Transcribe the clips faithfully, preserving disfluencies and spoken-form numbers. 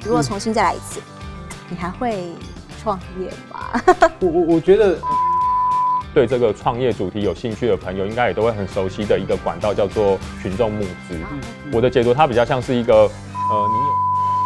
如果重新再来一次，嗯、你还会创业吗？ 我我我觉得。对这个创业主题有兴趣的朋友，应该也都会很熟悉的一个管道，叫做群众募资。嗯、我的解读，它比较像是一个，呃，你有。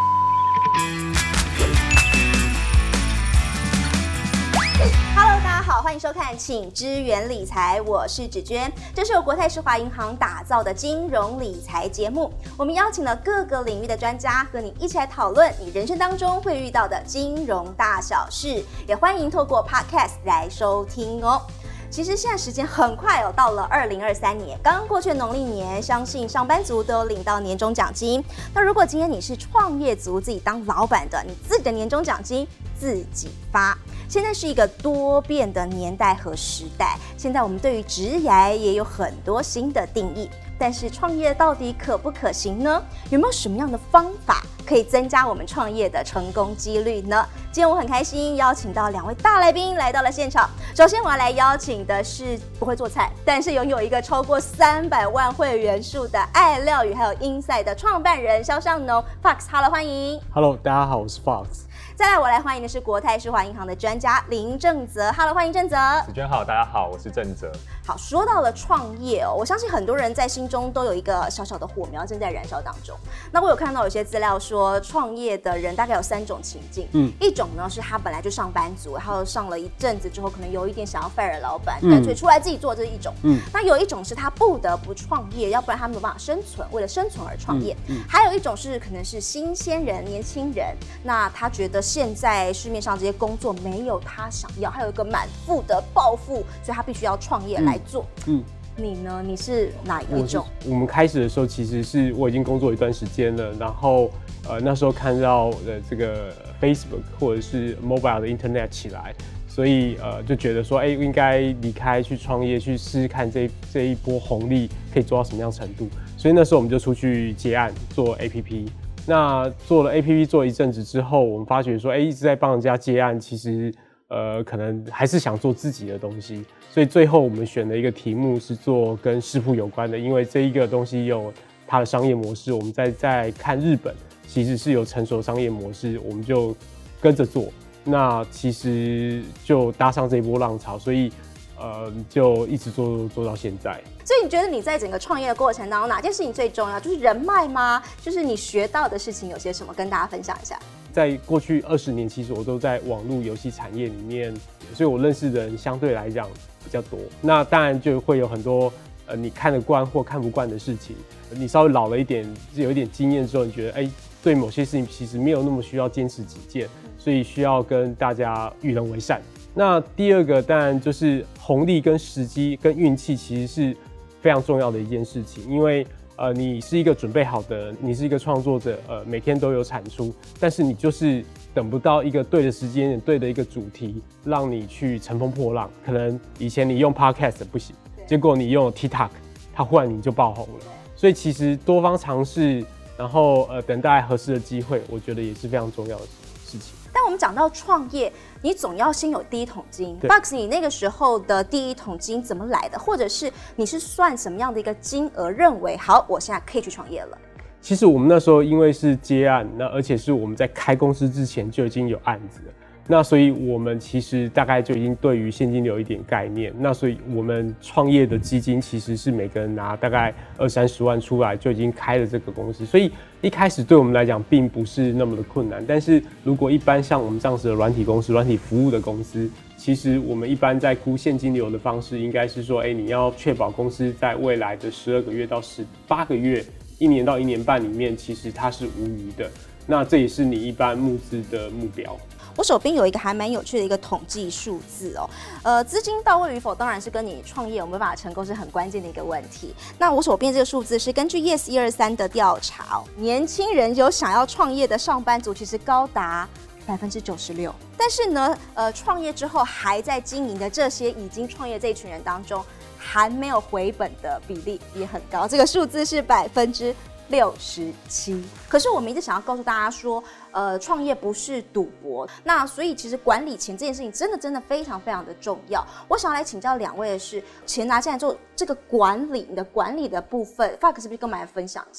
Hello， 大家好，欢迎收看《请支援理财》，我是芷娟，这是由国泰世华银行打造的金融理财节目。我们邀请了各个领域的专家，和你一起来讨论你人生当中会遇到的金融大小事，也欢迎透过 Podcast 来收听哦。其实现在时间很快哦，到了二零二三年，刚刚过去的农历年，相信上班族都有领到年终奖金。那如果今天你是创业族，自己当老板的，你自己的年终奖金自己发。现在是一个多变的年代和时代，现在我们对于职涯也有很多新的定义。但是创业到底可不可行呢？有没有什么样的方法可以增加我们创业的成功几率呢？今天我很开心邀请到两位大来宾来到了现场。首先我要来邀请的是不会做菜，但是拥有一个超过三百万会员数的爱料理还有 Inside 的创办人肖尚农 Fox，Hello， 欢迎。 Hello， 大家好，我是 Fox。 再来，我来欢迎的是国泰世华银行的专家林正泽 ，Hello， 欢迎正泽。 芷娟好，大家好，我是正泽。 好，说到了创业哦，我相信很多人在心中都有一个小小的火苗正在燃烧当中。那我有看到有些资料说，创业的人大概有三种情境，嗯，一种呢是他本来就上班族，然后上了一阵子之后，可能有一点想要 fire 老板，干脆出来自己做，这是一种。嗯，那有一种是他不得不创业，要不然他没有办法生存，为了生存而创业。嗯，嗯还有一种是可能是新鲜人、年轻人，那他觉得现在市面上这些工作没有他想要，还有一个满腹的抱负，所以他必须要创业来做。嗯，你呢？你是哪一种？ 我们开始的时候其实是我已经工作一段时间了，然后呃那时候看到呃这个 Facebook 或者是 Mobile 的 Internet 起来，所以呃就觉得说，哎，应该离开去创业，去试试看这这一波红利可以做到什么样程度。所以那时候我们就出去接案做 A P P。那做了 A P P 做一阵子之后，我们发觉说，哎，一直在帮人家接案，其实呃可能还是想做自己的东西，所以最后我们选了一个题目是做跟食谱有关的，因为这一个东西有它的商业模式，我们在在看日本其实是有成熟商业模式，我们就跟着做，那其实就搭上这一波浪潮，所以呃就一直做做到现在。 所以你觉得你在整个创业的过程当中，哪件事情最重要？就是人脉吗？就是你学到的事情有些什么，跟大家分享一下。 在过去二十年，其实我都在网络游戏产业里面，所以我认识的人相对来讲比较多。那当然就会有很多呃你看得惯或看不惯的事情。你稍微老了一点，有一点经验之后，你觉得哎，对某些事情其实没有那么需要坚持己见，所以需要跟大家与人为善。那第二个当然就是红利跟时机跟运气，其实是非常重要的一件事情，因为呃，你是一个准备好的人，你是一个创作者，呃，每天都有产出，但是你就是等不到一个对的时间点、对的一个主题，让你去乘风破浪。可能以前你用 Podcast 不行，结果你用 TikTok， 它忽然你就爆红了。所以其实多方尝试，然后呃，等待合适的机会，我觉得也是非常重要的事情。 但我们讲到创业，你总要先有第一桶金。Fox， 你那个时候的第一桶金怎么来的？或者是你是算什么样的一个金额，认为好，我现在可以去创业了？ 其实我们那时候因为是接案，那而且是我们在开公司之前就已经有案子了，那所以我们其实大概就已经对于现金流有一点概念。那所以我们创业的基金其实是每个人拿大概二三十万出来就已经开了这个公司，所以一开始对我们来讲并不是那么的困难。但是如果一般像我们这样子的软体公司、软体服务的公司，其实我们一般在估现金流的方式应该是说，哎，你要确保公司在未来的十二个月到十八个月、一年到一年半里面，其实它是无虞的。那这也是你一般募资的目标。 我手边有一个还蛮有趣的一个统计数字哦，呃，资金到位与否当然是跟你创业有没有办法成功是很关键的一个问题。那我手边这个数字是根据 Yes 一二三的调查哦，年轻人有想要创业的上班族其实高达百分之九十六，但是呢，呃，创业之后还在经营的这些已经创业这一群人当中，还没有回本的比例也很高，这个数字是百分之六十七。可是我们一直想要告诉大家说，呃，创业不是赌博，那所以其实管理钱这件事情真的真的非常非常的重要。我想要来请教两位的是，钱拿进来之后，这个管理你的管理的部分 ，Fox 是不是跟我们来分享一下？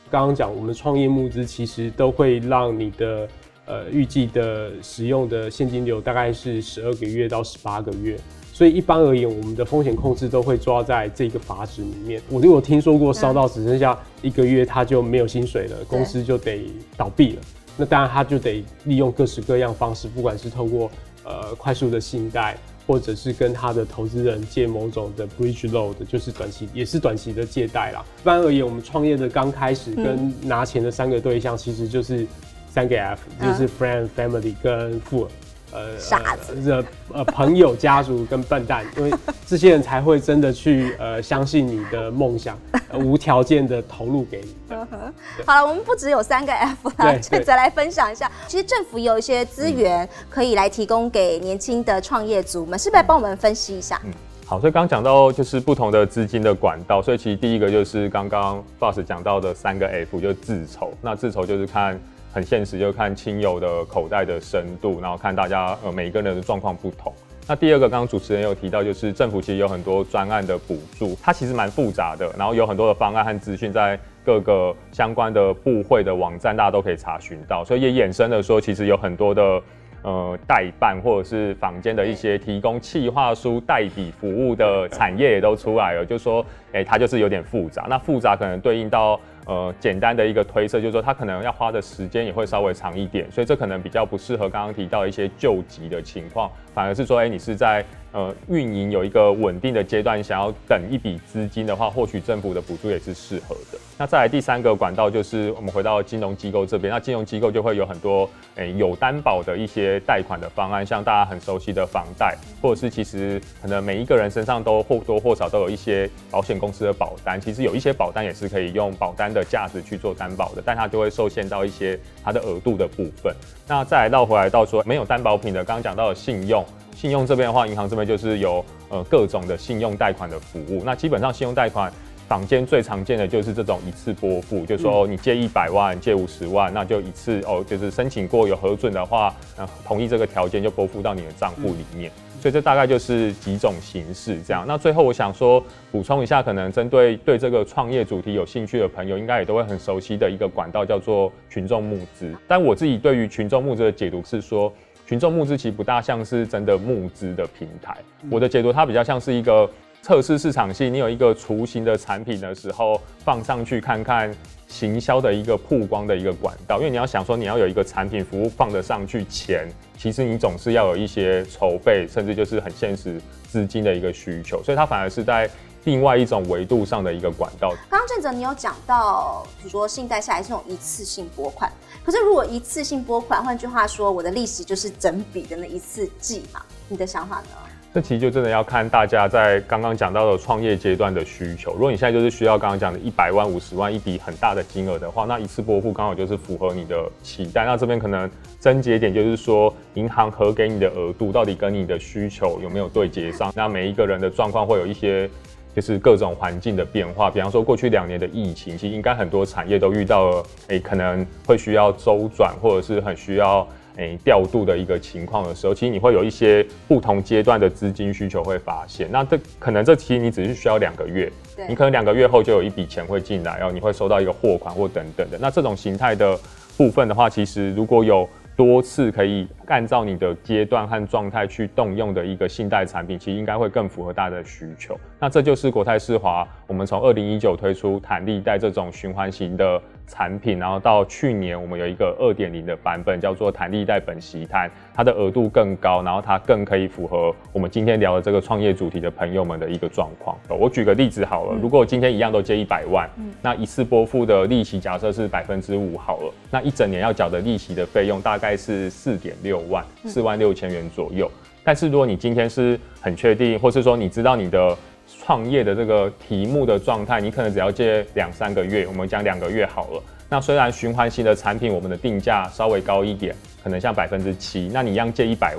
刚刚讲我们创业募资其实都会让你的呃预计的使用的现金流大概是十二个月到十八个月。所以一般而言，我们的风险控制都会抓在这个阀值里面。我就有听说过烧到只剩下一个月，他就没有薪水了，公司就得倒闭了。那当然他就得利用各式各样方式，不管是透过呃快速的信贷，或者是跟他的投资人借某种的 bridge loan， 就是短期也是短期的借贷啦。一般而言，我们创业的刚开始跟拿钱的三个对象，其实就是三个 F，、嗯、就是 friend、family 跟富尔。 呃，傻子， 呃呃，朋友、家族跟笨蛋，因为这些人才会真的去呃相信你的梦想，呃、无条件的投入给你。 好了，我们不只有三个 F 啦，再再来分享一下。其实政府有一些资源可以来提供给年轻的创业族们，是不是来帮我们分析一下？ 嗯，好，所以刚刚讲到就是不同的资金的管道，所以其实第一个就是刚刚 Boss 讲到的三个 F， 就是自筹。那自筹就是看。很现实，就看亲友的口袋的深度，然后看大家呃每一个人的状况不同。那第二个，刚刚主持人有提到，就是政府其实有很多专案的补助，它其实蛮复杂的，然后有很多的方案和资讯在各个相关的部会的网站，大家都可以查询到，所以也衍生了说，其实有很多的呃代办或者是坊间的一些提供企划书代笔服务的产业也都出来了，就说，哎、欸，它就是有点复杂。那复杂可能对应到。呃，简单的一个推测就是说，它可能要花的时间也会稍微长一点，所以这可能比较不适合刚刚提到一些救急的情况，反而是说，哎、欸，你是在呃运营有一个稳定的阶段，想要等一笔资金的话，或许政府的补助也是适合的。那再来第三个管道就是我们回到金融机构这边，那金融机构就会有很多诶、欸、有担保的一些贷款的方案，像大家很熟悉的房贷，或者是其实可能每一个人身上都或多或少都有一些保险公司的保单，其实有一些保单也是可以用保单的价值去做担保的，但它就会受限到一些它的额度的部分。那再来到回来到说没有担保品的，刚刚讲到的信用，信用这边的话，银行这边就是有呃各种的信用贷款的服务。那基本上信用贷款坊间最常见的就是这种一次拨付，就是说你借一百万、借五十万，那就一次哦，就是申请过有核准的话，呃，同意这个条件就拨付到你的账户里面。所以这大概就是几种形式这样。那最后我想说补充一下，可能针对对这个创业主题有兴趣的朋友，应该也都会很熟悉的一个管道叫做群众募资。但我自己对于群众募资的解读是说，群众募资其实不大像是真的募资的平台，我的解读它比较像是一个测试市场性，你有一个雏形的产品的时候，放上去看看行销的一个曝光的一个管道。因为你要想说，你要有一个产品服务放得上去前，其实你总是要有一些筹备，甚至就是很现实资金的一个需求，所以它反而是在另外一种维度上的一个管道。 刚刚正哲你有讲到，比如说信贷下来是那种一次性拨款，可是如果一次性拨款，换句话说，我的利息就是整笔的那一次计嘛，你的想法呢？ 这其实就真的要看大家在刚刚讲到的创业阶段的需求。如果你现在就是需要刚刚讲的一百万、五十万一笔很大的金额的话，那一次拨付刚好就是符合你的期待。那这边可能症结点就是说，银行核给你的额度到底跟你的需求有没有对接上？那每一个人的状况会有一些就是各种环境的变化，比方说过去两年的疫情，其实应该很多产业都遇到了，哎、欸，可能会需要周转，或者是很需要。诶，调度的一个情况的时候，其实你会有一些不同阶段的资金需求会发现。那这可能这其实你只是需要两个月，你可能两个月后就有一笔钱会进来，然后你会收到一个货款或等等的。那这种形态的部分的话，其实如果有多次可以按照你的阶段和状态去动用的一个信贷产品，其实应该会更符合大家的需求。那这就是国泰世华我们从二零一九推出弹利贷这种循环型的产品，然后到去年我们有一个 二点零 的版本叫做弹利贷本息摊，它的额度更高，然后它更可以符合我们今天聊的这个创业主题的朋友们的一个状况。我举个例子好了，如果今天一样都借一百万，嗯、那一次拨付的利息假设是百分之五好了，那一整年要缴的利息的费用大概是四点六万，四万六千元左右。但是如果你今天是很确定，或是说你知道你的创业的这个题目的状态，你可能只要借两三个月，我们讲两个月好了。那虽然循环型的产品我们的定价稍微高一点，可能像百分之七，那你一样借一百万，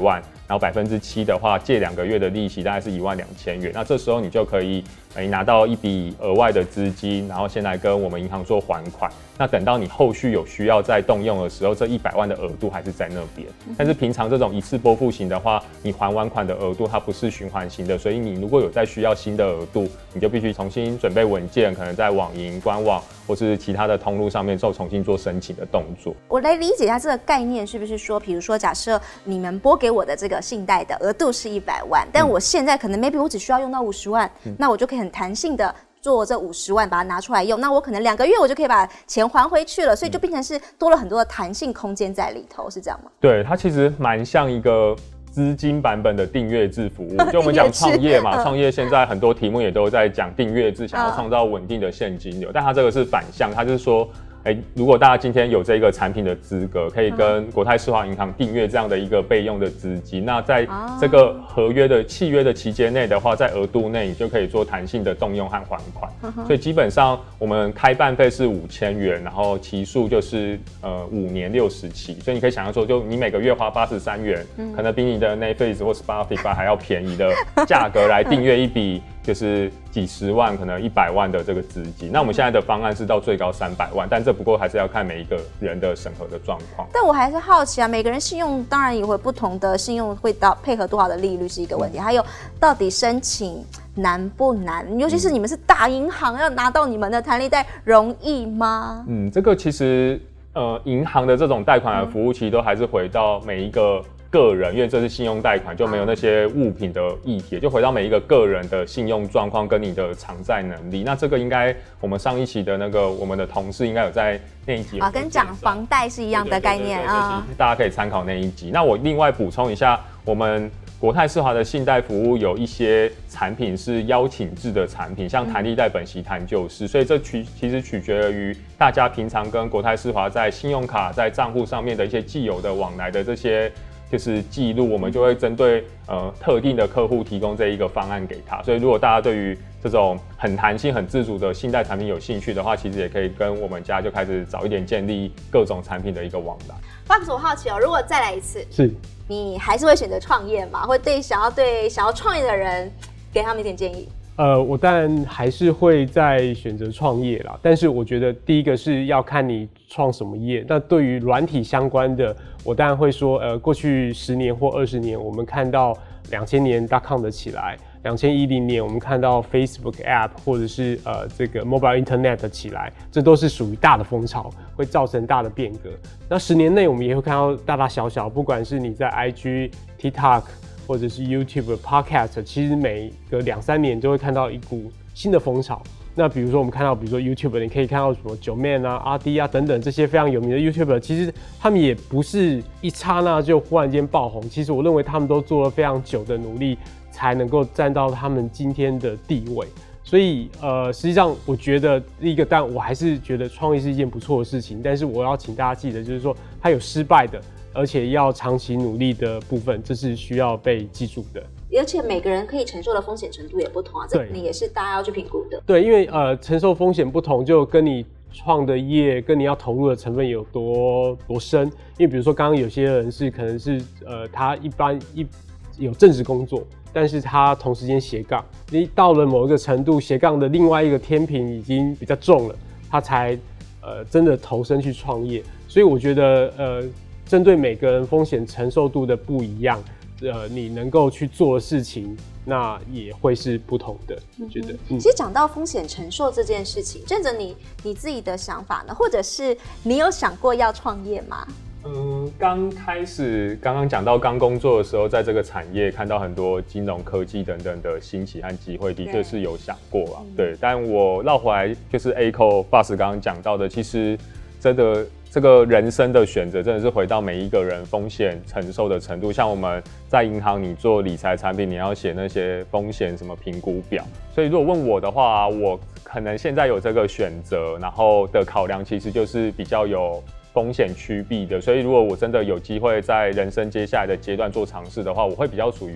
然后百分之七的话，借两个月的利息大概是一万两千元。那这时候你就可以诶拿到一笔额外的资金，然后先来跟我们银行做还款。那等到你后续有需要再动用的时候，这一百万的额度还是在那边。但是平常这种一次拨付型的话，你还完款的额度它不是循环型的，所以你如果有再需要新的额度，你就必须重新准备文件，可能在网银官网或是其他的通路上面做重新做申请的动作。 我来理解一下这个概念，是不是说，比如说假设你们拨给我的这个信贷的额度是一百万，但我现在可能 maybe 我只需要用到五十万，嗯、那我就可以很弹性的做这五十万，把它拿出来用。那我可能两个月我就可以把钱还回去了，所以就变成是多了很多的弹性空间在里头，是这样吗？ 对，它其实蛮像一个资金版本的订阅制服务。就我们讲创业嘛，创业现在很多题目也都在讲订阅制，想要创造稳定的现金流，但它这个是反向，它就是说。欸、如果大家今天有这个产品的资格，可以跟国泰世华银行订阅这样的一个备用的资金，那在这个合约的契约的期间内的话，在额度内你就可以做弹性的动用和还款。所以基本上我们开办费是五千元，然后期数就是呃五年六十期，所以你可以想象说，就你每个月花八十三元，嗯、可能比你的 Netflix 或 Spotify 还要便宜的价格来订阅一笔。就是几十万，可能一百万的这个资金。那我们现在的方案是到最高三百万，但这不过还是要看每一个人的审核的状况。 但我还是好奇啊，每个人信用当然也会不同的，信用会到配合多少的利率是一个问题，嗯、还有到底申请难不难？尤其是你们是大银行，要拿到你们的弹力贷容易吗？ 嗯，这个其实呃，银行的这种贷款的服务，其实都还是回到每一个。个人，因为这是信用贷款，就没有那些物品的议题，就回到每一个个人的信用状况跟你的偿债能力。那这个应该我们上一期的那个我们的同事应该有在那一集啊，跟讲房贷是一样的概念啊， 大家可以参考那一集。那我另外补充一下，我们国泰世华的信贷服务有一些产品是邀请制的产品，像弹力贷、本息弹就是，所以这取其实取决于大家平常跟国泰世华在信用卡在账户上面的一些既有的往来的这些。就是记录，我们就会针对呃特定的客户提供这一个方案给他。所以如果大家对于这种很弹性、很自主的信贷产品有兴趣的话，其实也可以跟我们家就开始早一点建立各种产品的一个往来。 Fox， 我好奇哦，如果再来一次， 是你还是会选择创业吗？会对想要对想要创业的人给他们一点建议？ 呃，我当然还是会再选择创业啦，但是我觉得第一个是要看你创什么业。那对于软体相关的，我当然会说，呃，过去十年或二十年，我们看到两千年 .com 的起来，两千一零年我们看到 Facebook App 或者是呃这个 Mobile Internet 的起来，这都是属于大的风潮，会造成大的变革。那十年内我们也会看到大大小小，不管是你在 I G、TikTok。或者是 YouTube、Podcast， 其实每隔两三年就会看到一股新的风潮。那比如说我们看到，比如说 YouTube， 你可以看到什么九妹啊、阿滴啊等等这些非常有名的 YouTuber， 其实他们也不是一刹那就忽然间爆红。其实我认为他们都做了非常久的努力，才能够站到他们今天的地位。所以呃，实际上我觉得第一个，但我还是觉得创业是一件不错的事情。但是我要请大家记得，就是说它有失败的。而且要长期努力的部分，这是需要被记住的。 而且每个人可以承受的风险程度也不同啊，这肯定也是大家要去评估的。 对，因为呃承受风险不同，就跟你创的业跟你要投入的成分有多多深。因为比如说刚刚有些人是可能是呃他一般一有正职工作，但是他同时间斜杠，你到了某一个程度，斜杠的另外一个天平已经比较重了，他才呃真的投身去创业。所以我觉得呃。针对每个人风险承受度的不一样，呃，你能够去做的事情，那也会是不同的。我觉得， 嗯、其实讲到风险承受这件事情，正着你你自己的想法呢，或者是你有想过要创业吗？ 嗯，刚开始刚刚讲到刚工作的时候，在这个产业看到很多金融科技等等的兴起和机会，的确是有想过啊。对，但我绕回来就是 Echo Boss 刚刚讲到的，其实真的。这个人生的选择真的是回到每一个人风险承受的程度。像我们在银行，你做理财产品，你要写那些风险什么评估表。所以如果问我的话，我可能现在有这个选择，然后的考量其实就是比较有风险趋避的。所以如果我真的有机会在人生接下来的阶段做尝试的话，我会比较属于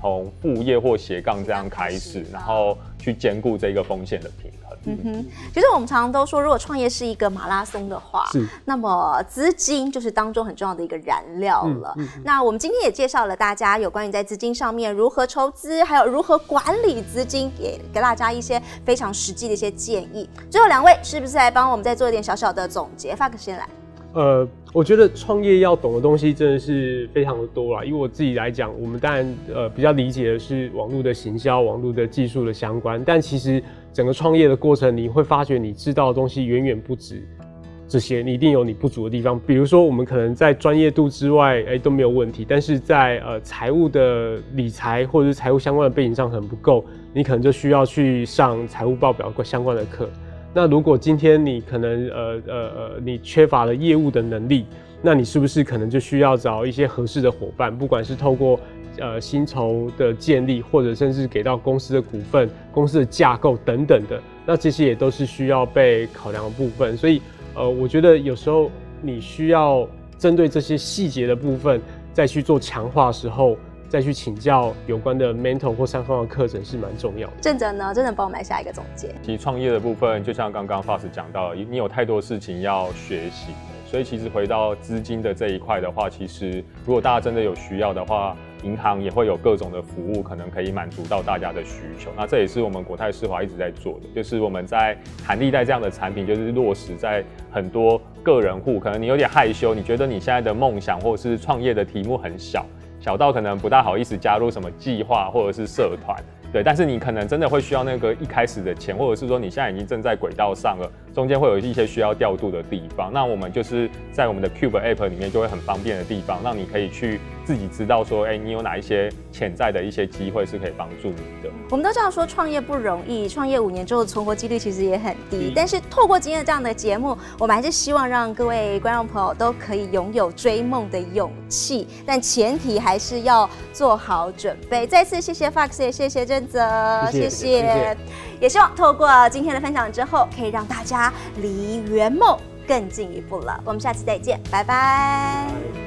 从副业或斜杠这样开始，然后去兼顾这个风险的平衡。 嗯哼，其实我们常常都说，如果创业是一个马拉松的话， 是， 那么资金就是当中很重要的一个燃料了。嗯嗯、那我们今天也介绍了大家有关于在资金上面如何筹资，还有如何管理资金，也给大家一些非常实际的一些建议。最后两位是不是来帮我们再做一点小小的总结？发哥先来。 呃，我觉得创业要懂的东西真的是非常的多啦。以我自己来讲，我们当然呃比较理解的是网络的行销、网络的技术的相关，但其实整个创业的过程，你会发觉你知道的东西远远不止这些，你一定有你不足的地方。比如说，我们可能在专业度之外，哎、欸、都没有问题，但是在呃财务的理财或者是财务相关的背景上可能不够，你可能就需要去上财务报表相关的课。那如果今天你可能呃呃呃你缺乏了业务的能力，那你是不是可能就需要找一些合适的伙伴，不管是透过呃薪酬的建立，或者甚至给到公司的股份、公司的架构等等的，那这些也都是需要被考量的部分。所以呃，我觉得有时候你需要针对这些细节的部分再去做强化的时候，再去请教有关的 mentor 或上方的课程是蛮重要的。 正哲呢，真的帮我们来下一个总结。 其实创业的部分，就像刚刚 Fox 讲到，你有太多事情要学习，所以其实回到资金的这一块的话，其实如果大家真的有需要的话，银行也会有各种的服务，可能可以满足到大家的需求。那这也是我们国泰世华一直在做的，就是我们在弹力贷这样的产品，就是落实在很多个人户，可能你有点害羞，你觉得你现在的梦想或者是创业的题目很小。小到可能不大好意思加入什么计划或者是社团，对，但是你可能真的会需要那个一开始的钱，或者是说你现在已经正在轨道上了，中间会有一些需要调度的地方，那我们就是在我们的 Cube App 里面就会很方便的地方，让你可以去自己知道说，哎、欸，你有哪一些潜在的一些机会是可以帮助你的。 我们都知道说创业不容易，创业五年之后存活几率其实也很低，嗯、但是透过今天这样的节目，我们还是希望让各位观众朋友都可以拥有追梦的勇气，但前提还是要做好准备。再次谢谢 Fox， 也谢谢正泽，谢谢，谢谢，也希望透过今天的分享之后，可以让大家离圆梦更进一步了。我们下次再见，拜拜。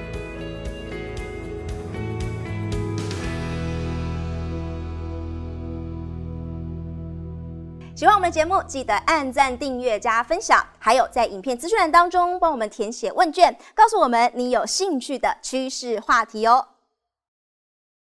喜欢我们的节目，记得按赞、订阅、加分享，还有在影片资讯栏当中帮我们填写问卷，告诉我们你有兴趣的趋势话题哦。